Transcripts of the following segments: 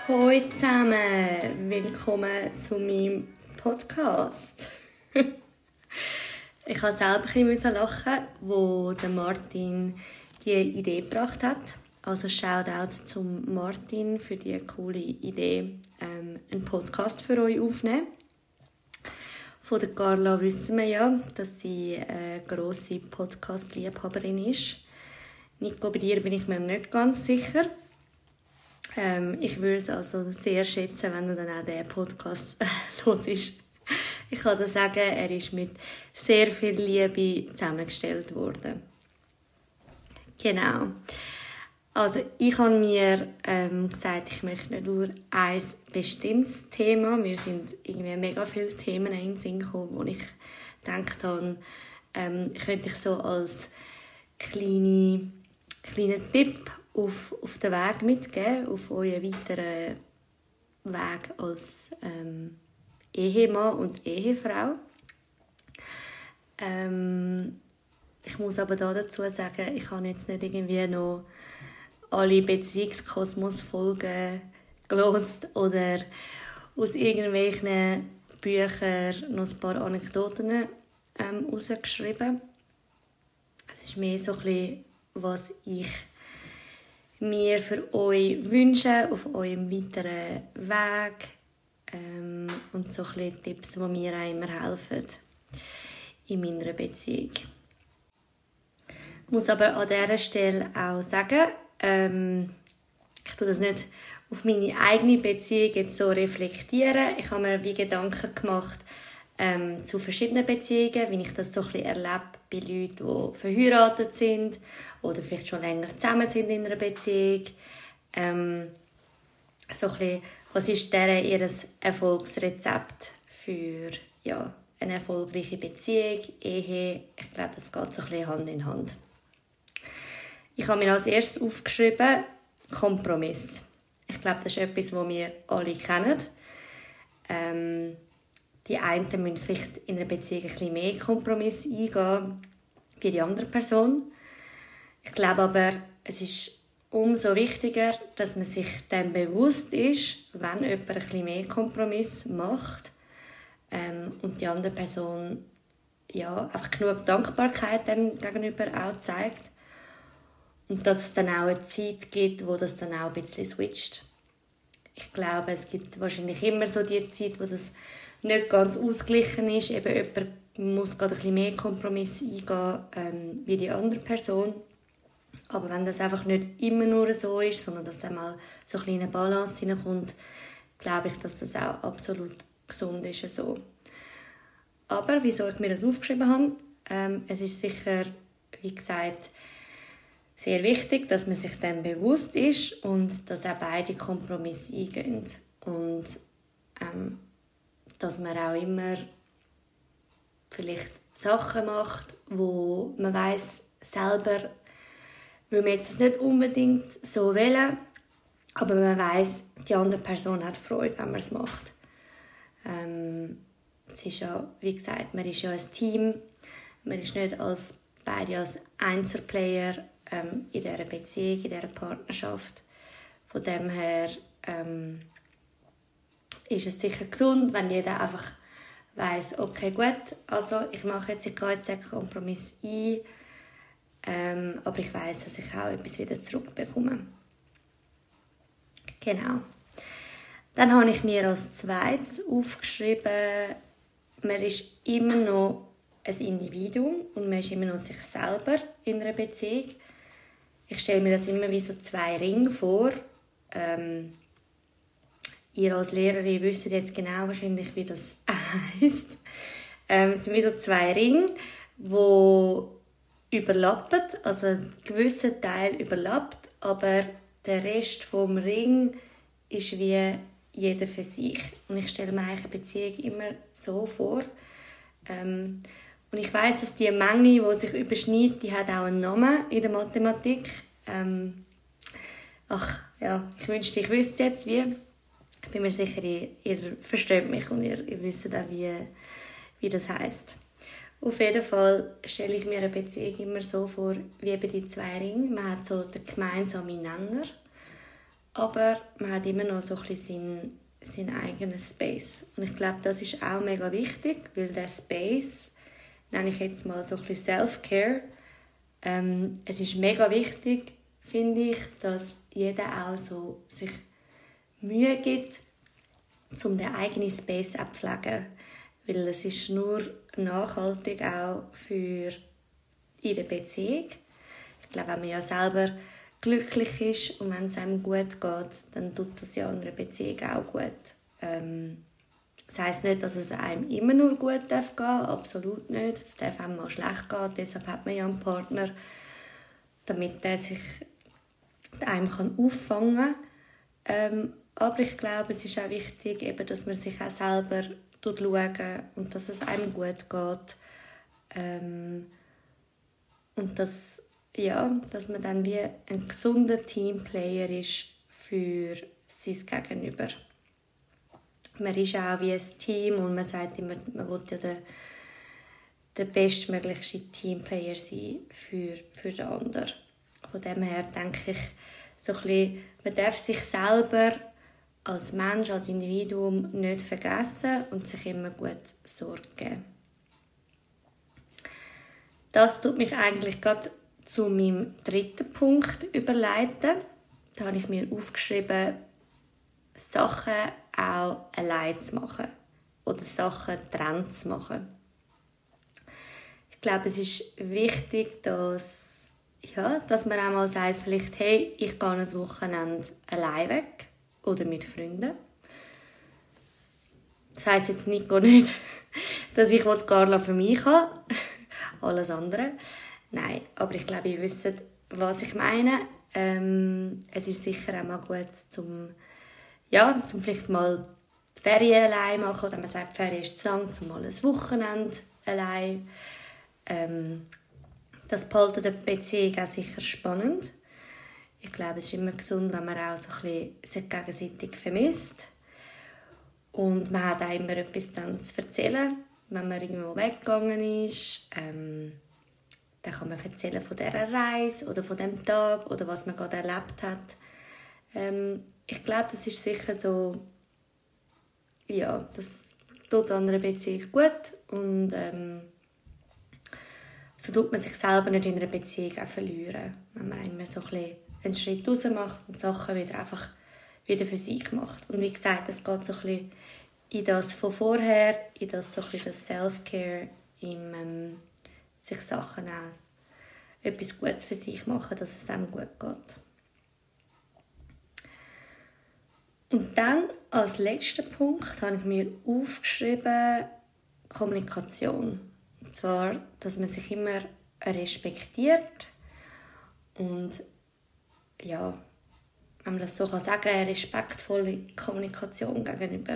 Hallo zusammen, willkommen zu meinem Podcast. Ich musste selber ein bisschen lachen, wo der Martin die Idee gebracht hat. Also Shoutout zum Martin für die coole Idee, einen Podcast für euch aufzunehmen. Von der Carla wissen wir ja, dass sie eine grosse Podcast-Liebhaberin ist. Nico, bei dir bin ich mir nicht ganz sicher. Ich würde es also sehr schätzen, wenn du dann auch diesen Podcast hörst. Ich kann dir sagen, er ist mit sehr viel Liebe zusammengestellt worden. Genau. Also ich habe mir gesagt, ich möchte nicht nur ein bestimmtes Thema. Mir sind irgendwie mega viele Themen in den Sinn gekommen, wo ich gedacht habe, könnte ich so als kleinen Tipp auf den Weg mitgeben, auf euren weiteren Weg als Ehemann und Ehefrau. Ich muss aber dazu sagen, ich habe jetzt nicht irgendwie noch alle Beziehungskosmos-Folgen gehört oder aus irgendwelchen Büchern noch ein paar Anekdoten rausgeschrieben. Es ist mehr so ein bisschen, was ich mir für euch wünsche auf eurem weiteren Weg und so ein bisschen Tipps, die mir auch immer helfen in meiner Beziehung. Ich muss aber an dieser Stelle auch sagen, ich tue das nicht auf meine eigene Beziehung jetzt so reflektieren. Ich habe mir wie Gedanken gemacht zu verschiedenen Beziehungen, wie ich das so ein bisschen erlebe bei Leuten, die verheiratet sind oder vielleicht schon länger zusammen sind in einer Beziehung. So ein bisschen, was ist deren ihr Erfolgsrezept für eine erfolgreiche Beziehung, Ehe? Ich glaube, das geht so ein bisschen Hand in Hand. Ich habe mir als erstes aufgeschrieben, Kompromiss. Ich glaube, das ist etwas, das wir alle kennen. Die einen müssen vielleicht in einer Beziehung ein bisschen mehr Kompromiss eingehen wie die andere Person. Ich glaube aber, es ist umso wichtiger, dass man sich dann bewusst ist, wenn jemand ein bisschen mehr Kompromiss macht und die andere Person einfach genug Dankbarkeit dem gegenüber auch zeigt. Und dass es dann auch eine Zeit gibt, wo das dann auch ein bisschen switcht. Ich glaube, es gibt wahrscheinlich immer so die Zeit, wo das nicht ganz ausgeglichen ist. Eben jemand muss gerade ein bisschen mehr Kompromiss eingehen wie die andere Person. Aber wenn das einfach nicht immer nur so ist, sondern dass dann mal so eine kleine Balance hineinkommt, glaube ich, dass das auch absolut gesund ist. So. Aber wieso ich mir das aufgeschrieben habe, es ist sicher, wie gesagt, sehr wichtig, dass man sich dem bewusst ist und dass auch beide Kompromisse eingehen. Und dass man auch immer vielleicht Sachen macht, wo man weiss, selber will man jetzt nicht unbedingt so wählen, aber man weiss, die andere Person hat Freude, wenn man es macht. Es ist ja, wie gesagt, man ist ja ein Team, man ist nicht beide als Einzelplayer in dieser Beziehung, in dieser Partnerschaft. Von dem her ist es sicher gesund, wenn jeder einfach weiss, okay, gut, also ich gehe jetzt den Kompromiss ein, aber ich weiss, dass ich auch etwas wieder zurückbekomme. Genau. Dann habe ich mir als zweites aufgeschrieben, man ist immer noch ein Individuum und man ist immer noch sich selber in einer Beziehung. Ich stelle mir das immer wie so zwei Ringe vor. Ihr als Lehrerin wisst jetzt genau wahrscheinlich, wie das heisst. Es sind wie so zwei Ringe, die überlappen. Also ein gewisser Teil überlappt, aber der Rest vom Ring ist wie jeder für sich. Und ich stelle mir eigentlich eine Beziehung immer so vor. Und ich weiss, dass die Menge, die sich überschneidet, die hat auch einen Namen in der Mathematik. Ich wünschte, ich wüsste jetzt, wie. Ich bin mir sicher, ihr versteht mich und ihr wisst auch, wie das heisst. Auf jeden Fall stelle ich mir eine Beziehung immer so vor, wie eben die zwei Ringe. Man hat so den gemeinsamen Nenner. aber man hat immer noch so ein bisschen seinen eigenen Space. Und ich glaube, das ist auch mega wichtig, weil der Space, nenne ich jetzt mal so ein bisschen Self-Care, es ist mega wichtig, finde ich, dass jeder auch so sich Mühe gibt, um den eigenen Space zu pflegen. Weil es ist nur nachhaltig auch für in der Beziehung. Ich glaube, wenn man ja selber glücklich ist und wenn es einem gut geht, dann tut das ja in einer Beziehung auch gut. Das heisst nicht, dass es einem immer nur gut gehen darf, absolut nicht. Es darf einem mal schlecht gehen, deshalb hat man ja einen Partner, damit der sich einem auffangen kann. Aber ich glaube, es ist auch wichtig, eben, dass man sich auch selber schaut und dass es einem gut geht. Und dass man dann wie ein gesunder Teamplayer ist für sein Gegenüber. Man ist auch wie ein Team und man sagt immer, man will ja der bestmöglichste Teamplayer sein für den anderen. Von dem her denke ich, so ein bisschen, man darf sich selber als Mensch, als Individuum nicht vergessen und sich immer gut Sorge geben. Das tut mich eigentlich gerade zu meinem dritten Punkt überleiten. Da habe ich mir aufgeschrieben, Sachen auch allein zu machen oder Sachen getrennt zu machen. Ich glaube, es ist wichtig, dass man auch mal sagt, vielleicht, hey, ich gehe ein Wochenende allein weg oder mit Freunden. Das heisst jetzt nicht, dass ich Carla für mich habe, alles andere. Nein, aber ich glaube, ihr wisst, was ich meine. Es ist sicher auch mal gut, zum vielleicht mal die Ferien allein machen, oder man sagt, die Ferien ist zu lang, zum mal ein Wochenende allein. Das behalten die Beziehung auch sicher spannend. Ich glaube, es ist immer gesund, wenn man auch so ein bisschen sich gegenseitig vermisst. Und man hat auch immer etwas dann zu erzählen, wenn man irgendwo weggegangen ist. Dann kann man erzählen von dieser Reise oder von dem Tag oder was man gerade erlebt hat. Ich glaube, das ist sicher so, ja, das tut an einer Beziehung gut und so tut man sich selber nicht in einer Beziehung auch verlieren, wenn man immer so ein bisschen einen Schritt raus macht und Sachen wieder für sich macht. Und wie gesagt, es geht so ein bisschen in das von vorher, in das so ein bisschen das Self-Care, sich Sachen auch etwas Gutes für sich machen, dass es einem gut geht. Und dann als letzten Punkt habe ich mir aufgeschrieben, Kommunikation. Und zwar, dass man sich immer respektiert und ja, wenn man das so sagen kann, eine respektvolle Kommunikation gegenüber.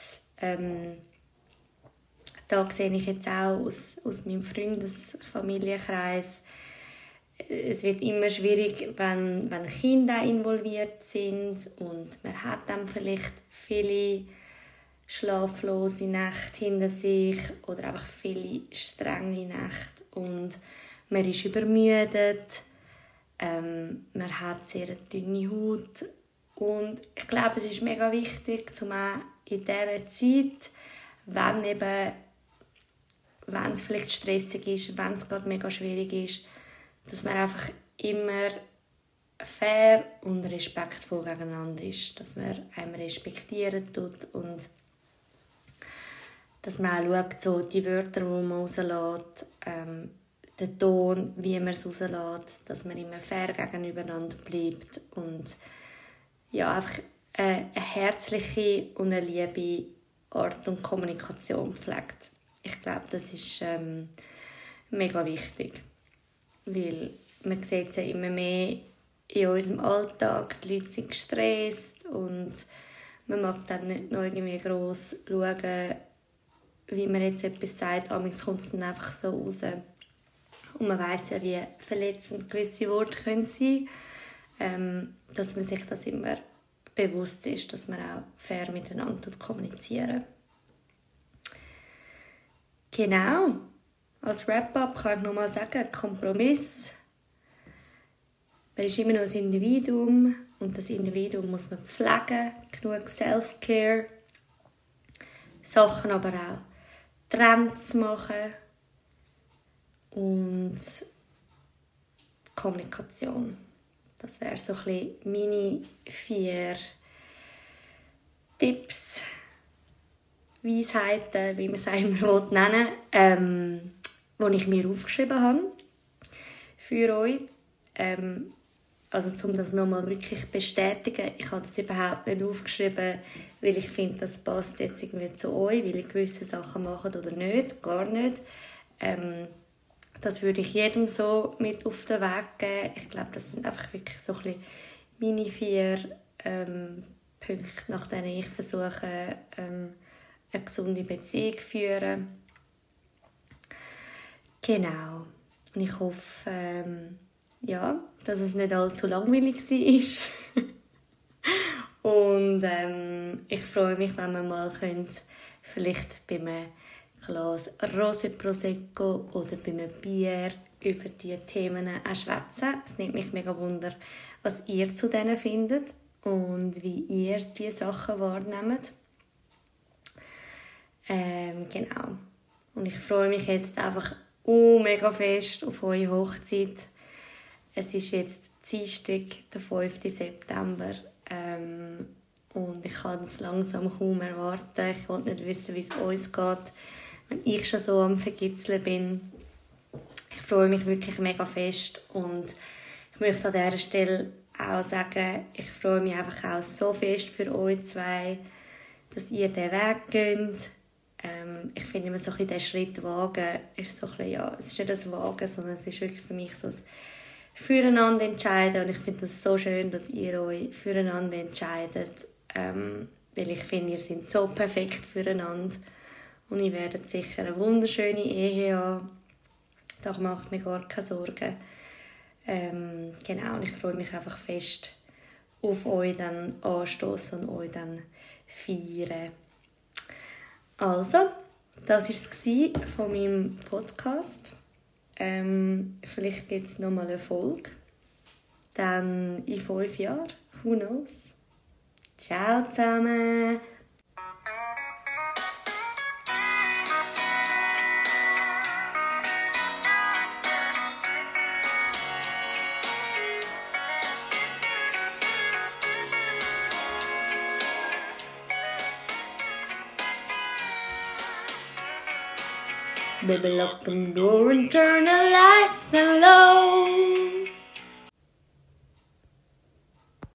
Da sehe ich jetzt auch aus meinem Freundesfamilienkreis, es wird immer schwierig, wenn Kinder involviert sind und man hat dann vielleicht viele schlaflose Nächte hinter sich oder einfach viele strenge Nächte und man ist übermüdet, man hat sehr dünne Haut und ich glaube, es ist mega wichtig, zumal in dieser Zeit, wenn es vielleicht stressig ist, wenn es gerade mega schwierig ist, dass man einfach immer fair und respektvoll gegeneinander ist, dass man einem respektieren tut und dass man auch schaut, so die Wörter, die man rauslässt, den Ton, wie man es rauslässt, dass man immer fair gegenübereinander bleibt und ja, einfach eine herzliche und eine liebe Art und Kommunikation pflegt. Ich glaube, das ist mega wichtig, weil man sieht es ja immer mehr in unserem Alltag, die Leute sind gestresst und man mag dann nicht noch irgendwie gross schauen, wie man jetzt etwas sagt, amigs kommt es dann einfach so raus. Und man weiss ja, wie verletzend gewisse Worte können sein können, dass man sich das immer bewusst ist, dass man auch fair miteinander kommunizieren. Genau. Als Wrap-up kann ich nochmal sagen, Kompromiss. Man ist immer noch ein Individuum. Und das Individuum muss man pflegen, genug Self-Care, Sachen aber auch Trends machen und Kommunikation. Das wäre so ein bisschen meine 4 Tipps, Weisheiten, wie man es immer nennen will, die ich mir aufgeschrieben habe für euch. Also um das nochmal wirklich bestätigen, ich habe das überhaupt nicht aufgeschrieben, weil ich finde, das passt jetzt irgendwie zu euch, weil ihr gewisse Sachen macht oder nicht, gar nicht. Das würde ich jedem so mit auf den Weg geben. Ich glaube, das sind einfach wirklich so ein bisschen meine 4 Punkte, nach denen ich versuche, eine gesunde Beziehung zu führen. Genau. Und ich hoffe, dass es nicht allzu langweilig war. Und ich freue mich, wenn wir mal vielleicht bei einem Glas Rosé Prosecco oder bei einem Bier über diese Themen auch schwätzen. Es nimmt mich mega Wunder, was ihr zu denen findet und wie ihr diese Sachen wahrnehmt. Genau. Und ich freue mich jetzt einfach mega fest auf eure Hochzeit. Es ist jetzt Dienstag, der 5. September. Und ich kann es langsam kaum erwarten. Ich will nicht wissen, wie es uns geht, wenn ich schon so am Vergitzeln bin. Ich freue mich wirklich mega fest. Und ich möchte an dieser Stelle auch sagen, ich freue mich einfach auch so fest für euch 2, dass ihr den Weg geht. Ich finde immer so ein bisschen den Schritt wagen, ist so ein bisschen, es ist nicht das Wagen, sondern es ist wirklich für mich so ein Füreinander entscheiden. Und ich finde es so schön, dass ihr euch füreinander entscheidet, weil ich finde, ihr seid so perfekt füreinander und ihr werdet sicher eine wunderschöne Ehe haben. Da mache ich mir gar keine Sorgen. Genau, und ich freue mich einfach fest auf euch dann anstoßen und euch dann feiern. Also, das war es von meinem Podcast. Vielleicht gibt es nochmal eine Folge. Dann in 5 Jahren. Who knows? Ciao zusammen! Baby, lock the door and turn the lights down low.